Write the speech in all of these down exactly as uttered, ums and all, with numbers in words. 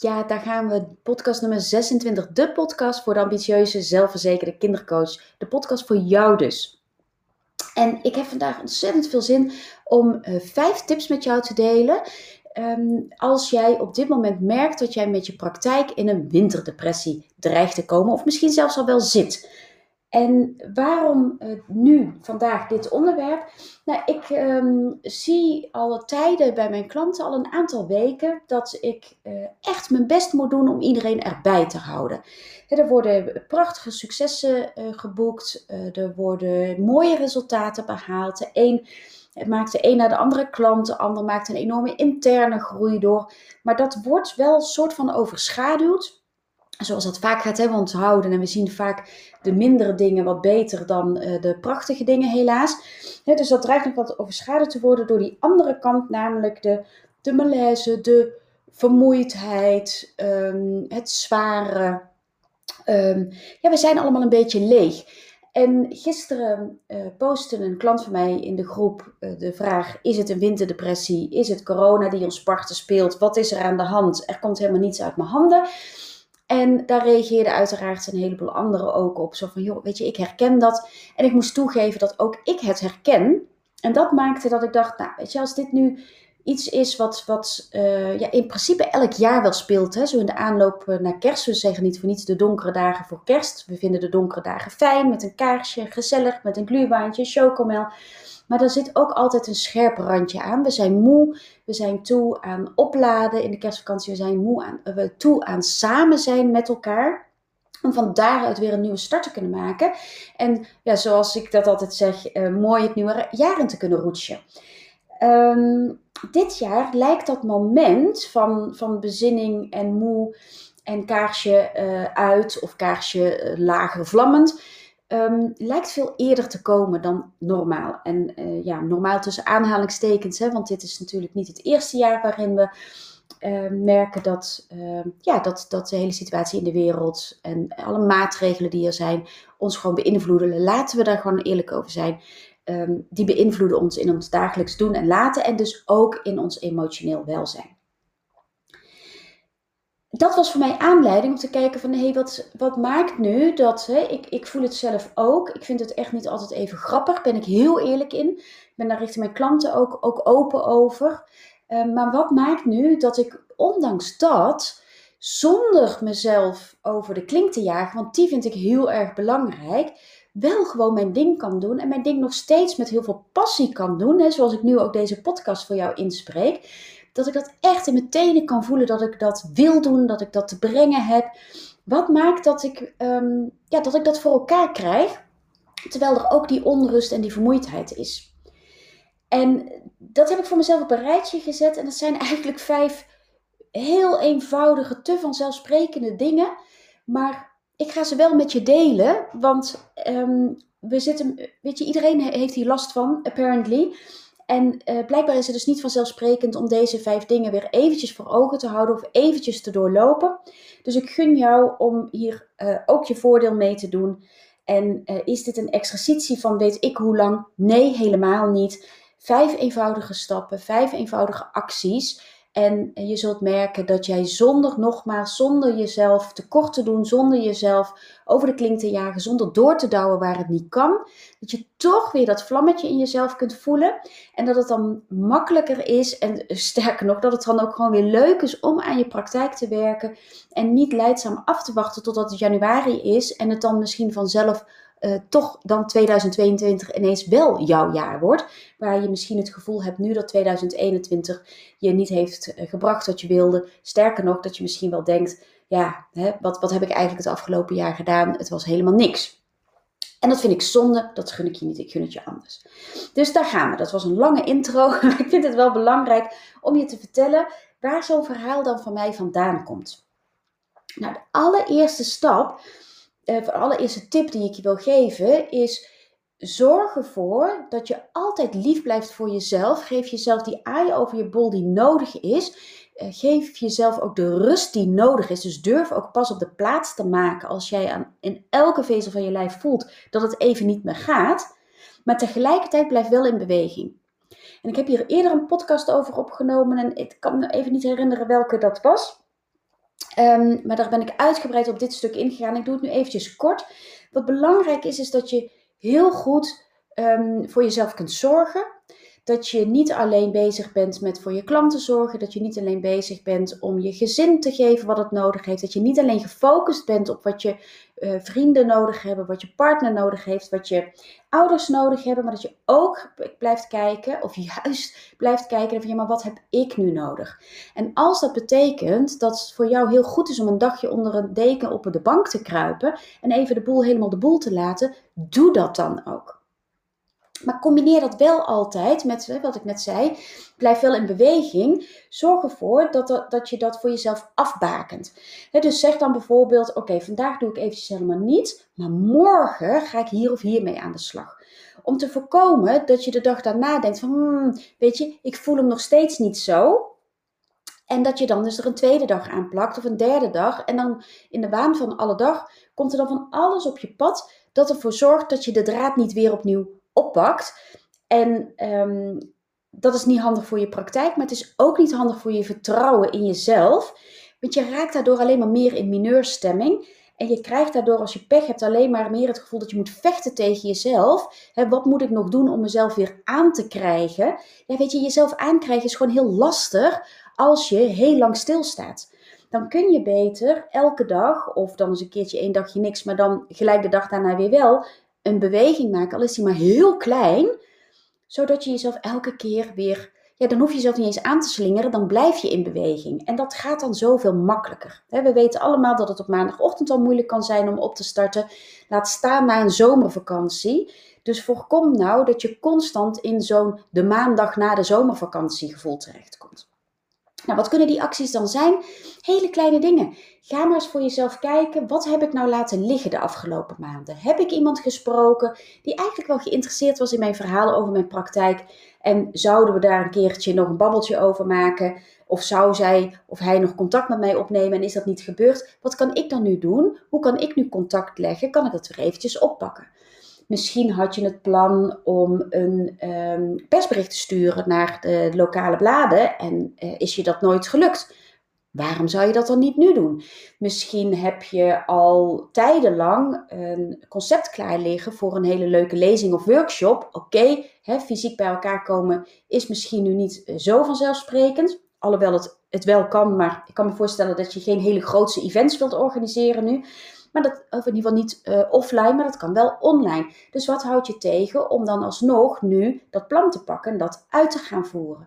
Ja, daar gaan we. Podcast nummer zesentwintig. De podcast voor de ambitieuze, zelfverzekerde kindercoach. De podcast voor jou dus. En ik heb vandaag ontzettend veel zin om uh, vijf tips met jou te delen. Um, als jij op dit moment merkt dat jij met je praktijk in een winterdepressie dreigt te komen. Of misschien zelfs al wel zit. En waarom uh, nu, vandaag, dit onderwerp? Nou, ik um, zie al tijden bij mijn klanten, al een aantal weken, dat ik uh, echt mijn best moet doen om iedereen erbij te houden. He, er worden prachtige successen uh, geboekt, uh, er worden mooie resultaten behaald. De een maakt de een naar de andere klant, de ander maakt een enorme interne groei door. Maar dat wordt wel een soort van overschaduwd. Zoals dat vaak gaat, hè, we onthouden en we zien vaak de mindere dingen wat beter dan uh, de prachtige dingen helaas. He, dus dat dreigt nog wat overschaduwd te worden door die andere kant, namelijk de, de malaise, de vermoeidheid, um, het zware. Um, ja, we zijn allemaal een beetje leeg. En gisteren uh, postte een klant van mij in de groep uh, de vraag: is het een winterdepressie? Is het corona die ons parten speelt? Wat is er aan de hand? Er komt helemaal niets uit mijn handen. En daar reageerden uiteraard een heleboel anderen ook op. Zo van, joh, weet je, ik herken dat. En ik moest toegeven dat ook ik het herken. En dat maakte dat ik dacht, nou, weet je, als dit nu iets is wat, wat uh, ja, in principe elk jaar wel speelt. Hè? Zo in de aanloop naar kerst. We zeggen niet voor niets de donkere dagen voor kerst. We vinden de donkere dagen fijn, met een kaarsje, gezellig, met een glühweintje, chocomel. Maar daar zit ook altijd een scherp randje aan. We zijn moe, we zijn toe aan opladen in de kerstvakantie. We zijn moe aan, uh, toe aan samen zijn met elkaar. Om van daaruit weer een nieuwe start te kunnen maken. En ja, zoals ik dat altijd zeg, uh, mooi het nieuwe jaar in te kunnen roetsen. Um, dit jaar lijkt dat moment van, van bezinning en moe en kaarsje uh, uit of kaarsje uh, lager vlammend. Um, lijkt veel eerder te komen dan normaal. En uh, ja, normaal tussen aanhalingstekens, hè, want dit is natuurlijk niet het eerste jaar waarin we uh, merken dat, uh, ja, dat, dat de hele situatie in de wereld en alle maatregelen die er zijn ons gewoon beïnvloeden. Laten we daar gewoon eerlijk over zijn. Um, die beïnvloeden ons in ons dagelijks doen en laten en dus ook in ons emotioneel welzijn. Dat was voor mij aanleiding om te kijken van, hé, hey, wat, wat maakt nu dat, hè, ik, ik voel het zelf ook, ik vind het echt niet altijd even grappig, ben ik heel eerlijk in. Ik ben daar richting mijn klanten ook, ook open over. Um, maar wat maakt nu dat ik ondanks dat, zonder mezelf over de klink te jagen, want die vind ik heel erg belangrijk, wel gewoon mijn ding kan doen en mijn ding nog steeds met heel veel passie kan doen, hè, zoals ik nu ook deze podcast voor jou inspreek. Dat ik dat echt in mijn tenen kan voelen, dat ik dat wil doen, dat ik dat te brengen heb. Wat maakt dat ik, um, ja, dat, ik dat voor elkaar krijg, terwijl er ook die onrust en die vermoeidheid is. En dat heb ik voor mezelf op een rijtje gezet. En dat zijn eigenlijk vijf heel eenvoudige, te vanzelfsprekende dingen. Maar ik ga ze wel met je delen, want um, we zitten, weet je, iedereen heeft hier last van, apparently. En uh, blijkbaar is het dus niet vanzelfsprekend om deze vijf dingen weer eventjes voor ogen te houden of eventjes te doorlopen. Dus ik gun jou om hier uh, ook je voordeel mee te doen. En uh, is dit een exercitie van weet ik hoe lang? Nee, helemaal niet. Vijf eenvoudige stappen, vijf eenvoudige acties. En je zult merken dat jij zonder, nogmaals, zonder jezelf tekort te doen, zonder jezelf over de klink te jagen, zonder door te douwen waar het niet kan, dat je toch weer dat vlammetje in jezelf kunt voelen. En dat het dan makkelijker is en sterker nog, dat het dan ook gewoon weer leuk is om aan je praktijk te werken en niet leidzaam af te wachten totdat het januari is en het dan misschien vanzelf Uh, toch dan tweeduizend tweeëntwintig ineens wel jouw jaar wordt. Waar je misschien het gevoel hebt nu dat tweeduizend eenentwintig je niet heeft uh, gebracht wat je wilde. Sterker nog, dat je misschien wel denkt, ja, hè, wat, wat heb ik eigenlijk het afgelopen jaar gedaan? Het was helemaal niks. En dat vind ik zonde, dat gun ik je niet, ik gun het je anders. Dus daar gaan we. Dat was een lange intro, maar ik vind het wel belangrijk om je te vertellen waar zo'n verhaal dan van mij vandaan komt. Nou, de allereerste stap, Uh, de allereerste tip die ik je wil geven is: zorg ervoor dat je altijd lief blijft voor jezelf. Geef jezelf die aai over je bol die nodig is. Uh, geef jezelf ook de rust die nodig is. Dus durf ook pas op de plaats te maken als jij aan, in elke vezel van je lijf voelt dat het even niet meer gaat. Maar tegelijkertijd blijf wel in beweging. En ik heb hier eerder een podcast over opgenomen en ik kan me even niet herinneren welke dat was. Um, maar daar ben ik uitgebreid op dit stuk ingegaan. Ik doe het nu eventjes kort. Wat belangrijk is, is dat je heel goed um, voor jezelf kunt zorgen. Dat je niet alleen bezig bent met voor je klanten zorgen. Dat je niet alleen bezig bent om je gezin te geven wat het nodig heeft. Dat je niet alleen gefocust bent op wat je uh, vrienden nodig hebben. Wat je partner nodig heeft. Wat je ouders nodig hebben. Maar dat je ook blijft kijken. Of juist blijft kijken. Van ja, maar wat heb ik nu nodig? En als dat betekent dat het voor jou heel goed is om een dagje onder een deken op de bank te kruipen. En even de boel helemaal de boel te laten. Doe dat dan ook. Maar combineer dat wel altijd met, wat ik net zei, blijf wel in beweging. Zorg ervoor dat, dat, dat je dat voor jezelf afbakent. He, dus zeg dan bijvoorbeeld, oké, okay, vandaag doe ik eventjes helemaal niets, maar morgen ga ik hier of hier mee aan de slag. Om te voorkomen dat je de dag daarna denkt van, hmm, weet je, ik voel hem nog steeds niet zo. En dat je dan dus er een tweede dag aan plakt of een derde dag. En dan in de waan van alle dag komt er dan van alles op je pad dat ervoor zorgt dat je de draad niet weer opnieuw oppakt. En um, dat is niet handig voor je praktijk, maar het is ook niet handig voor je vertrouwen in jezelf. Want je raakt daardoor alleen maar meer in mineurstemming. En je krijgt daardoor, als je pech hebt, alleen maar meer het gevoel dat je moet vechten tegen jezelf. He, wat moet ik nog doen om mezelf weer aan te krijgen? Ja, weet je, jezelf aankrijgen is gewoon heel lastig als je heel lang stilstaat. Dan kun je beter elke dag, of dan eens een keertje één dagje niks, maar dan gelijk de dag daarna weer wel, een beweging maken, al is die maar heel klein, zodat je jezelf elke keer weer, ja, dan hoef je jezelf niet eens aan te slingeren, dan blijf je in beweging. En dat gaat dan zoveel makkelijker. We weten allemaal dat het op maandagochtend al moeilijk kan zijn om op te starten. Laat staan na een zomervakantie. Dus voorkom nou dat je constant in zo'n de maandag na de zomervakantie gevoel terechtkomt. Nou, wat kunnen die acties dan zijn? Hele kleine dingen. Ga maar eens voor jezelf kijken, wat heb ik nou laten liggen de afgelopen maanden? Heb ik iemand gesproken die eigenlijk wel geïnteresseerd was in mijn verhalen over mijn praktijk? En zouden we daar een keertje nog een babbeltje over maken? Of zou zij of hij nog contact met mij opnemen en is dat niet gebeurd? Wat kan ik dan nu doen? Hoe kan ik nu contact leggen? Kan ik dat weer eventjes oppakken? Misschien had je het plan om een um, persbericht te sturen naar de lokale bladen en uh, is je dat nooit gelukt. Waarom zou je dat dan niet nu doen? Misschien heb je al tijdenlang een concept klaar liggen voor een hele leuke lezing of workshop. Oké, okay, fysiek bij elkaar komen is misschien nu niet uh, zo vanzelfsprekend. Alhoewel het, het wel kan, maar ik kan me voorstellen dat je geen hele grootse events wilt organiseren nu. Maar dat, of in ieder geval niet uh, offline, maar dat kan wel online. Dus wat houdt je tegen om dan alsnog nu dat plan te pakken en dat uit te gaan voeren?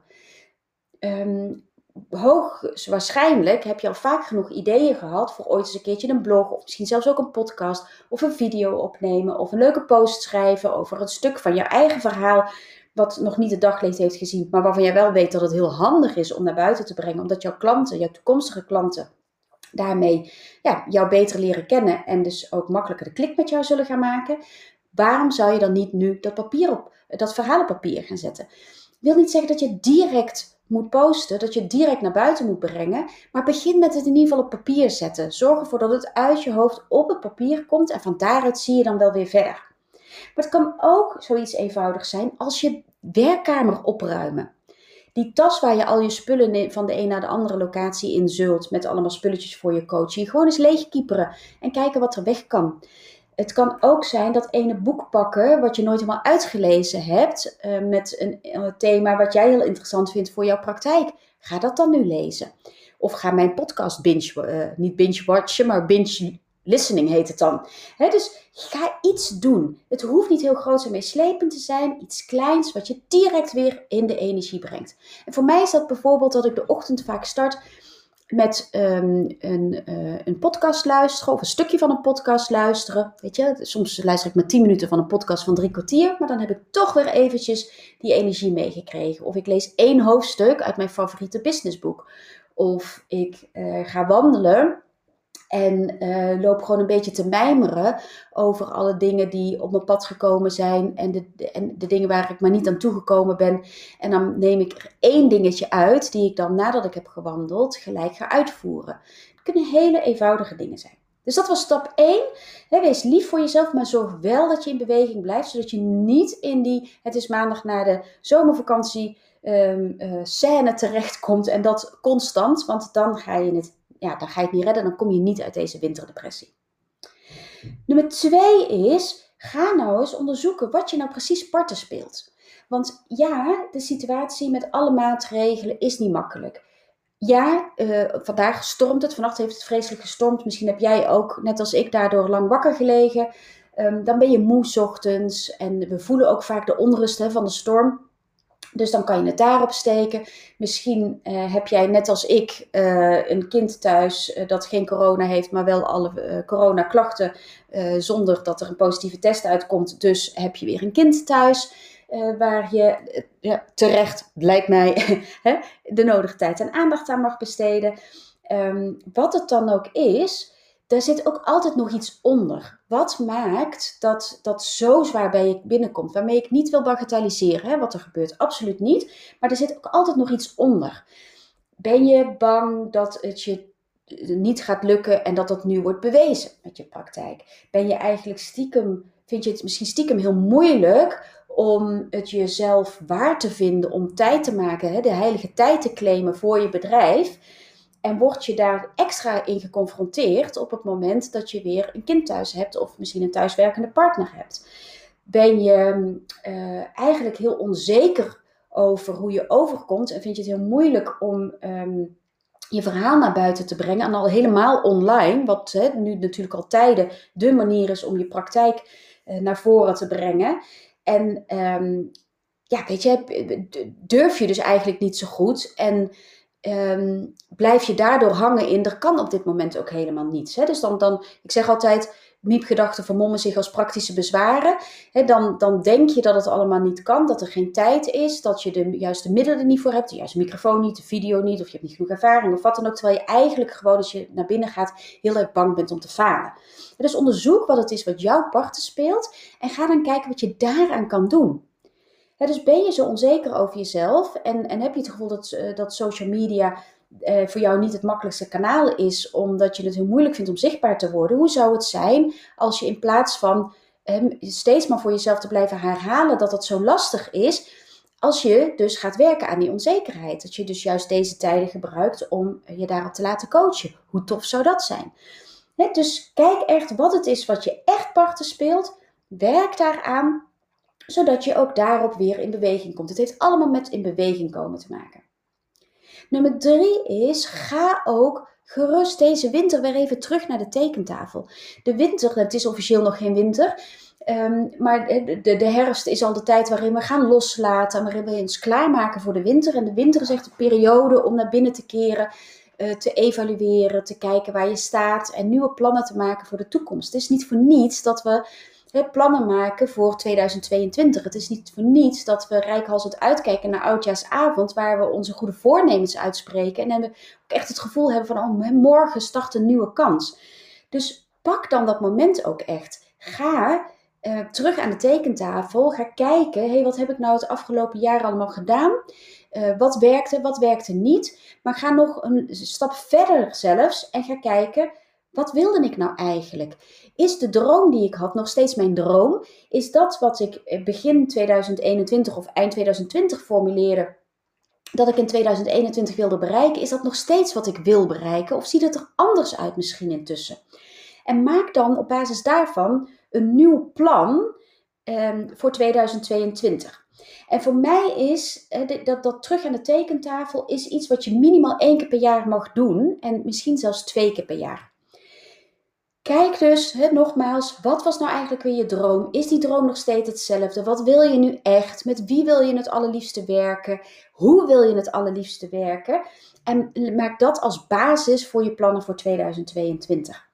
Um, hoogstwaarschijnlijk heb je al vaak genoeg ideeën gehad voor ooit eens een keertje een blog of misschien zelfs ook een podcast of een video opnemen of een leuke post schrijven over een stuk van je eigen verhaal wat nog niet het daglicht heeft gezien, maar waarvan jij wel weet dat het heel handig is om naar buiten te brengen, omdat jouw klanten, jouw toekomstige klanten, daarmee ja, jou beter leren kennen en dus ook makkelijker de klik met jou zullen gaan maken. Waarom zou je dan niet nu dat, papier op, dat verhaal op papier gaan zetten? Ik wil niet zeggen dat je direct moet posten, dat je het direct naar buiten moet brengen, maar begin met het in ieder geval op papier zetten. Zorg ervoor dat het uit je hoofd op het papier komt en van daaruit zie je dan wel weer verder. Maar het kan ook zoiets eenvoudig zijn als je werkkamer opruimen. Die tas waar je al je spullen van de een naar de andere locatie in zult, met allemaal spulletjes voor je coaching, gewoon eens leegkieperen en kijken wat er weg kan. Het kan ook zijn dat ene boek pakken wat je nooit helemaal uitgelezen hebt, uh, met een, een thema wat jij heel interessant vindt voor jouw praktijk. Ga dat dan nu lezen. Of ga mijn podcast binge, uh, niet binge-watchen, maar binge listening heet het dan. He, dus ga iets doen. Het hoeft niet heel groot en meeslepend te zijn. Iets kleins wat je direct weer in de energie brengt. En voor mij is dat bijvoorbeeld dat ik de ochtend vaak start met um, een, uh, een podcast luisteren of een stukje van een podcast luisteren. Weet je, soms luister ik maar tien minuten van een podcast van drie kwartier, maar dan heb ik toch weer eventjes die energie meegekregen. Of ik lees één hoofdstuk uit mijn favoriete businessboek. Of ik uh, ga wandelen en uh, loop gewoon een beetje te mijmeren over alle dingen die op mijn pad gekomen zijn en de, de, en de dingen waar ik maar niet aan toegekomen ben. En dan neem ik er één dingetje uit die ik dan nadat ik heb gewandeld gelijk ga uitvoeren. Het kunnen hele eenvoudige dingen zijn. Dus dat was stap één. He, wees lief voor jezelf, maar zorg wel dat je in beweging blijft, zodat je niet in die, het is maandag na de zomervakantie, um, uh, scène terechtkomt en dat constant, want dan ga je het ja, dan ga je het niet redden. Dan kom je niet uit deze winterdepressie. Nummer twee is, ga nou eens onderzoeken wat je nou precies parten speelt. Want ja, de situatie met alle maatregelen is niet makkelijk. Ja, uh, vandaag stormt het. Vannacht heeft het vreselijk gestormd. Misschien heb jij ook, net als ik, daardoor lang wakker gelegen. Um, dan ben je moe 's ochtends. En we voelen ook vaak de onrust hè, van de storm. Dus dan kan je het daarop steken. Misschien uh, heb jij net als ik uh, een kind thuis uh, dat geen corona heeft, maar wel alle uh, coronaklachten uh, zonder dat er een positieve test uitkomt. Dus heb je weer een kind thuis uh, waar je uh, ja, terecht, lijkt mij, de nodige tijd en aandacht aan mag besteden. Um, wat het dan ook is, daar zit ook altijd nog iets onder. Wat maakt dat dat zo zwaar bij je binnenkomt? Waarmee ik niet wil bagatelliseren, hè, wat er gebeurt. Absoluut niet. Maar er zit ook altijd nog iets onder. Ben je bang dat het je niet gaat lukken en dat dat nu wordt bewezen met je praktijk? Ben je eigenlijk stiekem, vind je het misschien stiekem heel moeilijk om het jezelf waar te vinden, om tijd te maken, hè, de heilige tijd te claimen voor je bedrijf? En word je daar extra in geconfronteerd op het moment dat je weer een kind thuis hebt of misschien een thuiswerkende partner hebt. Ben je uh, eigenlijk heel onzeker over hoe je overkomt en vind je het heel moeilijk om um, je verhaal naar buiten te brengen. En al helemaal online, wat hè, nu natuurlijk al tijden de manier is om je praktijk uh, naar voren te brengen. En um, ja, weet je, durf je dus eigenlijk niet zo goed en Um, blijf je daardoor hangen in, er kan op dit moment ook helemaal niets. Hè? Dus dan, dan, ik zeg altijd, miepgedachten vermommen zich als praktische bezwaren. Hè? Dan, dan denk je dat het allemaal niet kan, dat er geen tijd is, dat je de juiste middelen er niet voor hebt, de juiste microfoon niet, de video niet, of je hebt niet genoeg ervaring, of wat dan ook. Terwijl je eigenlijk gewoon, als je naar binnen gaat, heel erg bang bent om te falen. Dus onderzoek wat het is wat jouw parten speelt en ga dan kijken wat je daaraan kan doen. Ja, dus ben je zo onzeker over jezelf en, en heb je het gevoel dat, uh, dat social media uh, voor jou niet het makkelijkste kanaal is, omdat je het heel moeilijk vindt om zichtbaar te worden? Hoe zou het zijn als je in plaats van um, steeds maar voor jezelf te blijven herhalen dat het zo lastig is, als je dus gaat werken aan die onzekerheid? Dat je dus juist deze tijden gebruikt om je daarop te laten coachen. Hoe tof zou dat zijn? He, dus kijk echt wat het is wat je echt parten speelt. Werk daaraan, zodat je ook daarop weer in beweging komt. Het heeft allemaal met in beweging komen te maken. Nummer drie is, ga ook gerust deze winter weer even terug naar de tekentafel. De winter, het is officieel nog geen winter, um, maar de, de, de herfst is al de tijd waarin we gaan loslaten, waarin we ons klaarmaken voor de winter. En de winter is echt de periode om naar binnen te keren, uh, te evalueren, te kijken waar je staat en nieuwe plannen te maken voor de toekomst. Het is niet voor niets dat we plannen maken voor tweeduizend tweeëntwintig. Het is niet voor niets dat we reikhalzend uitkijken naar Oudjaarsavond, waar we onze goede voornemens uitspreken en dan we ook echt het gevoel hebben van, oh, morgen start een nieuwe kans. Dus pak dan dat moment ook echt. Ga uh, terug aan de tekentafel, ga kijken, hey, wat heb ik nou het afgelopen jaar allemaal gedaan? Uh, wat werkte, wat werkte niet? Maar ga nog een stap verder zelfs en ga kijken, wat wilde ik nou eigenlijk? Is de droom die ik had nog steeds mijn droom? Is dat wat ik begin tweeduizend eenentwintig of eind tweeduizend twintig formuleerde, dat ik in tweeduizend eenentwintig wilde bereiken? Is dat nog steeds wat ik wil bereiken? Of ziet het er anders uit misschien intussen? En maak dan op basis daarvan een nieuw plan um, voor tweeduizend tweeëntwintig. En voor mij is eh, dat, dat terug aan de tekentafel is iets wat je minimaal één keer per jaar mag doen. En misschien zelfs twee keer per jaar. Kijk dus, he, nogmaals, wat was nou eigenlijk weer je droom? Is die droom nog steeds hetzelfde? Wat wil je nu echt? Met wie wil je het allerliefste werken? Hoe wil je het allerliefste werken? En maak dat als basis voor je plannen voor tweeduizend tweeëntwintig.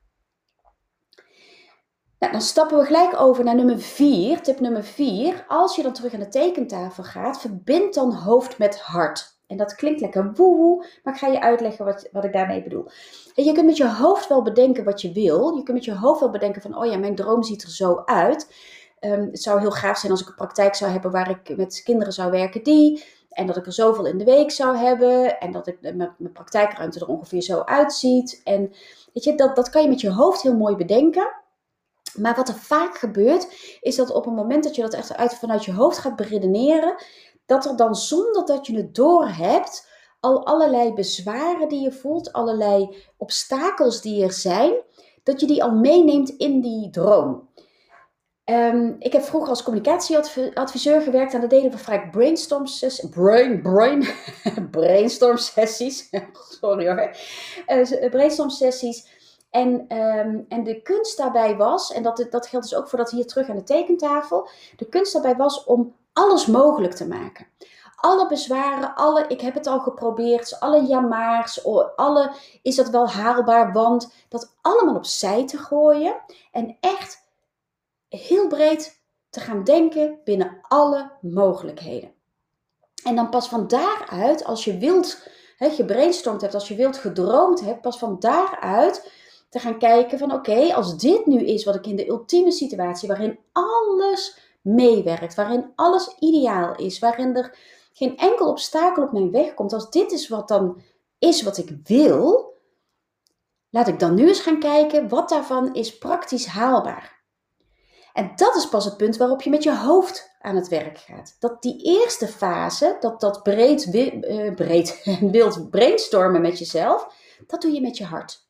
Nou, dan stappen we gelijk over naar nummer vier. Tip nummer vier. Als je dan terug aan de tekentafel gaat, verbind dan hoofd met hart. En dat klinkt lekker woehoe, maar ik ga je uitleggen wat, wat ik daarmee bedoel. En je kunt met je hoofd wel bedenken wat je wil. Je kunt met je hoofd wel bedenken van, oh ja, mijn droom ziet er zo uit. Um, het zou heel gaaf zijn als ik een praktijk zou hebben waar ik met kinderen zou werken die. En dat ik er zoveel in de week zou hebben. En dat ik, mijn, mijn praktijkruimte er ongeveer zo uitziet. En weet je, dat, dat kan je met je hoofd heel mooi bedenken. Maar wat er vaak gebeurt, is dat op het moment dat je dat echt uit, vanuit je hoofd gaat beredeneren, dat er dan zonder dat je het doorhebt, al allerlei bezwaren die je voelt, allerlei obstakels die er zijn, dat je die al meeneemt in die droom. Um, ik heb vroeger als communicatieadviseur gewerkt en dat deden we vaak brainstorm sessies. Brain, brain, brainstorm sessies. Sorry hoor. Uh, brainstorm sessies. En, um, en de kunst daarbij was, en dat, dat geldt dus ook voor dat hier terug aan de tekentafel. De kunst daarbij was om alles mogelijk te maken. Alle bezwaren, alle ik heb het al geprobeerd, alle jamaars, alle is dat wel haalbaar, want dat allemaal opzij te gooien en echt heel breed te gaan denken binnen alle mogelijkheden. En dan pas van daaruit, als je wild he, gebrainstormd hebt, als je wild gedroomd hebt, pas van daaruit te gaan kijken van oké, okay, als dit nu is wat ik in de ultieme situatie, waarin alles meewerkt, waarin alles ideaal is, waarin er geen enkel obstakel op mijn weg komt, als dit is wat dan is wat ik wil, laat ik dan nu eens gaan kijken wat daarvan is praktisch haalbaar. En dat is pas het punt waarop je met je hoofd aan het werk gaat. Dat die eerste fase, dat, dat breed, uh, breed wild brainstormen met jezelf, dat doe je met je hart.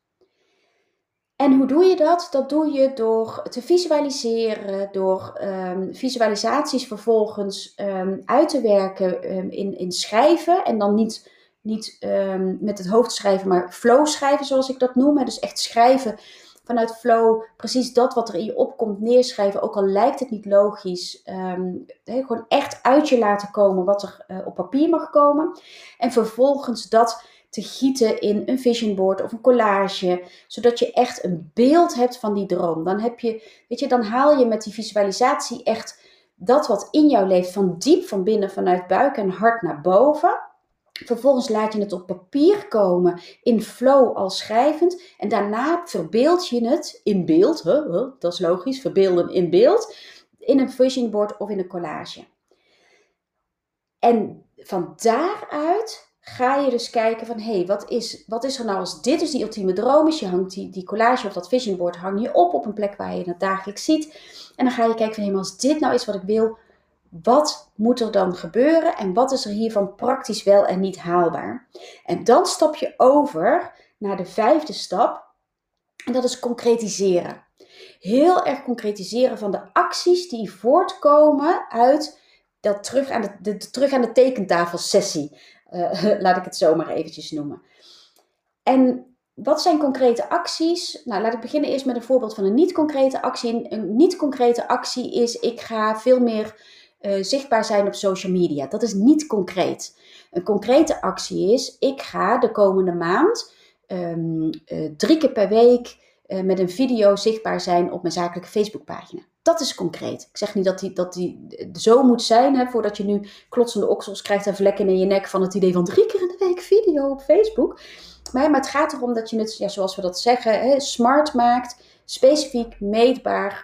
En hoe doe je dat? Dat doe je door te visualiseren, door um, visualisaties vervolgens um, uit te werken um, in, in schrijven. En dan niet, niet um, met het hoofd schrijven, maar flow schrijven zoals ik dat noem. Dus echt schrijven vanuit flow, precies dat wat er in je opkomt neerschrijven, ook al lijkt het niet logisch. Um, he, gewoon echt uit je laten komen wat er uh, op papier mag komen. En vervolgens dat te gieten in een vision board of een collage, zodat je echt een beeld hebt van die droom. Dan heb je, weet je, dan haal je met die visualisatie echt dat wat in jou leeft van diep van binnen, vanuit buik en hart naar boven. Vervolgens laat je het op papier komen in flow al schrijvend. En daarna verbeeld je het in beeld. Huh, huh, dat is logisch, verbeelden in beeld. In een vision board of in een collage. En van daaruit ga je dus kijken van, hé, hey, wat, is, wat is er nou als dit dus die ultieme droom is? Je hangt die, die collage of dat vision board hang je op op een plek waar je het dagelijks ziet. En dan ga je kijken van, hé, hey, maar als dit nou is wat ik wil, wat moet er dan gebeuren en wat is er hiervan praktisch wel en niet haalbaar? En dan stap je over naar de vijfde stap en dat is concretiseren. Heel erg concretiseren van de acties die voortkomen uit dat terug aan de, de, de terug aan de tekentafelsessie. Uh, laat ik het zo maar eventjes noemen. En wat zijn concrete acties? Nou, laat ik beginnen eerst met een voorbeeld van een niet-concrete actie. Een niet-concrete actie is, ik ga veel meer uh, zichtbaar zijn op social media. Dat is niet concreet. Een concrete actie is, ik ga de komende maand um, uh, drie keer per week uh, met een video zichtbaar zijn op mijn zakelijke Facebookpagina. Dat is concreet. Ik zeg niet dat die, dat die zo moet zijn, hè, voordat je nu klotsende oksels krijgt en vlekken in je nek van het idee van drie keer in de week video op Facebook. Maar, maar het gaat erom dat je het, ja, zoals we dat zeggen, hè, smart maakt, specifiek, meetbaar.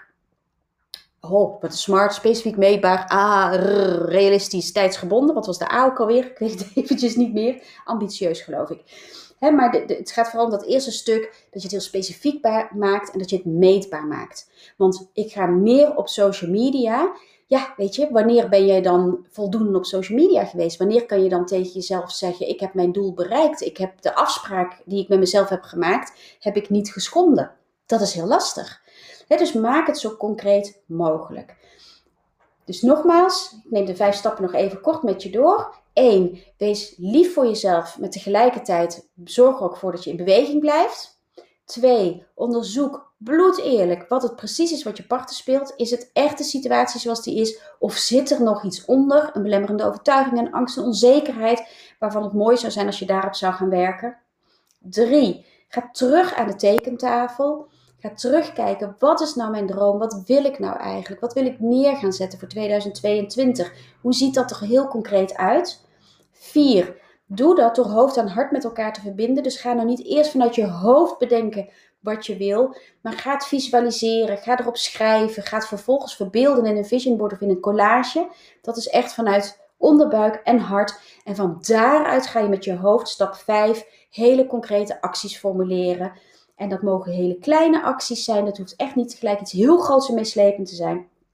Oh, wat is smart, specifiek, meetbaar, ah, rrr, realistisch, tijdsgebonden. Wat was de A ook alweer? Ik weet het eventjes niet meer. Ambitieus, geloof ik. He, maar de, de, het gaat vooral om dat eerste stuk, dat je het heel specifiek maakt en dat je het meetbaar maakt. Want ik ga meer op social media. Ja, weet je, wanneer ben jij dan voldoende op social media geweest? Wanneer kan je dan tegen jezelf zeggen, ik heb mijn doel bereikt. Ik heb de afspraak die ik met mezelf heb gemaakt, heb ik niet geschonden. Dat is heel lastig. He, dus maak het zo concreet mogelijk. Dus nogmaals, ik neem de vijf stappen nog even kort met je door. één. Wees lief voor jezelf, maar tegelijkertijd zorg er ook voor dat je in beweging blijft. twee. Onderzoek bloedeerlijk wat het precies is wat je partner speelt. Is het echt de situatie zoals die is? Of zit er nog iets onder? Een belemmerende overtuiging, een angst en onzekerheid, waarvan het mooi zou zijn als je daarop zou gaan werken. drie. Ga terug aan de tekentafel. Ga terugkijken, wat is nou mijn droom? Wat wil ik nou eigenlijk? Wat wil ik neer gaan zetten voor tweeduizend tweeëntwintig? Hoe ziet dat er heel concreet uit? vier. Doe dat door hoofd en hart met elkaar te verbinden. Dus ga nou niet eerst vanuit je hoofd bedenken wat je wil, maar ga het visualiseren, ga erop schrijven, ga het vervolgens verbeelden in een vision board of in een collage. Dat is echt vanuit onderbuik en hart. En van daaruit ga je met je hoofd, stap vijf, hele concrete acties formuleren. En dat mogen hele kleine acties zijn. Dat hoeft echt niet gelijk iets heel groots en meeslepend te zijn.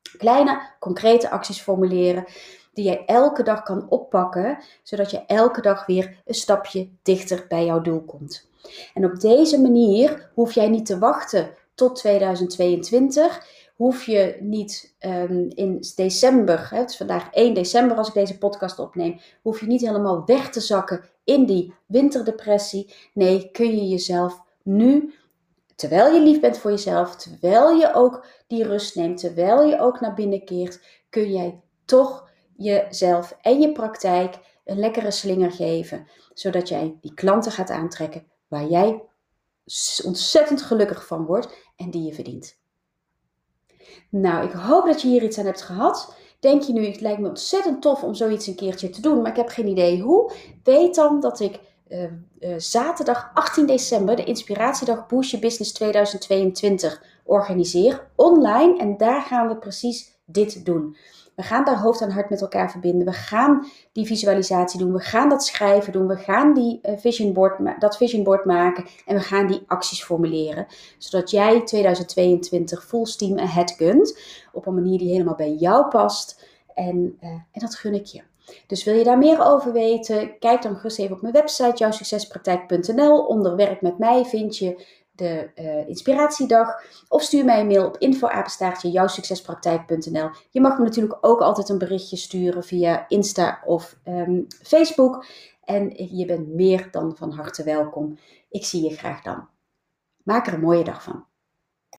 Kleine, concrete acties formuleren die jij elke dag kan oppakken, zodat je elke dag weer een stapje dichter bij jouw doel komt. En op deze manier hoef jij niet te wachten tot tweeduizend tweeëntwintig. Hoef je niet um, in december, hè, het is vandaag één december als ik deze podcast opneem, hoef je niet helemaal weg te zakken in die winterdepressie. Nee, kun je jezelf nu, terwijl je lief bent voor jezelf, terwijl je ook die rust neemt, terwijl je ook naar binnen keert, kun jij toch jezelf en je praktijk een lekkere slinger geven, zodat jij die klanten gaat aantrekken waar jij ontzettend gelukkig van wordt en die je verdient. Nou, ik hoop dat je hier iets aan hebt gehad. Denk je nu, het lijkt me ontzettend tof om zoiets een keertje te doen, maar ik heb geen idee hoe. Weet dan dat ik uh, uh, zaterdag achttien december de Inspiratiedag Boost Your Business tweeduizend tweeëntwintig organiseer online. En daar gaan we precies dit doen. We gaan daar hoofd en hart met elkaar verbinden. We gaan die visualisatie doen. We gaan dat schrijven doen. We gaan die, uh, vision board, dat vision board maken. En we gaan die acties formuleren. Zodat jij tweeduizend tweeëntwintig full steam ahead kunt. Op een manier die helemaal bij jou past. En, uh, en dat gun ik je. Dus wil je daar meer over weten? Kijk dan gerust even op mijn website jouw succespraktijk punt n l. Onder werk met mij vind je de uh, inspiratiedag. Of stuur mij een mail op info apenstaartje jouw succespraktijk punt n l. Je mag me natuurlijk ook altijd een berichtje sturen via Insta of um, Facebook. En je bent meer dan van harte welkom. Ik zie je graag dan. Maak er een mooie dag van.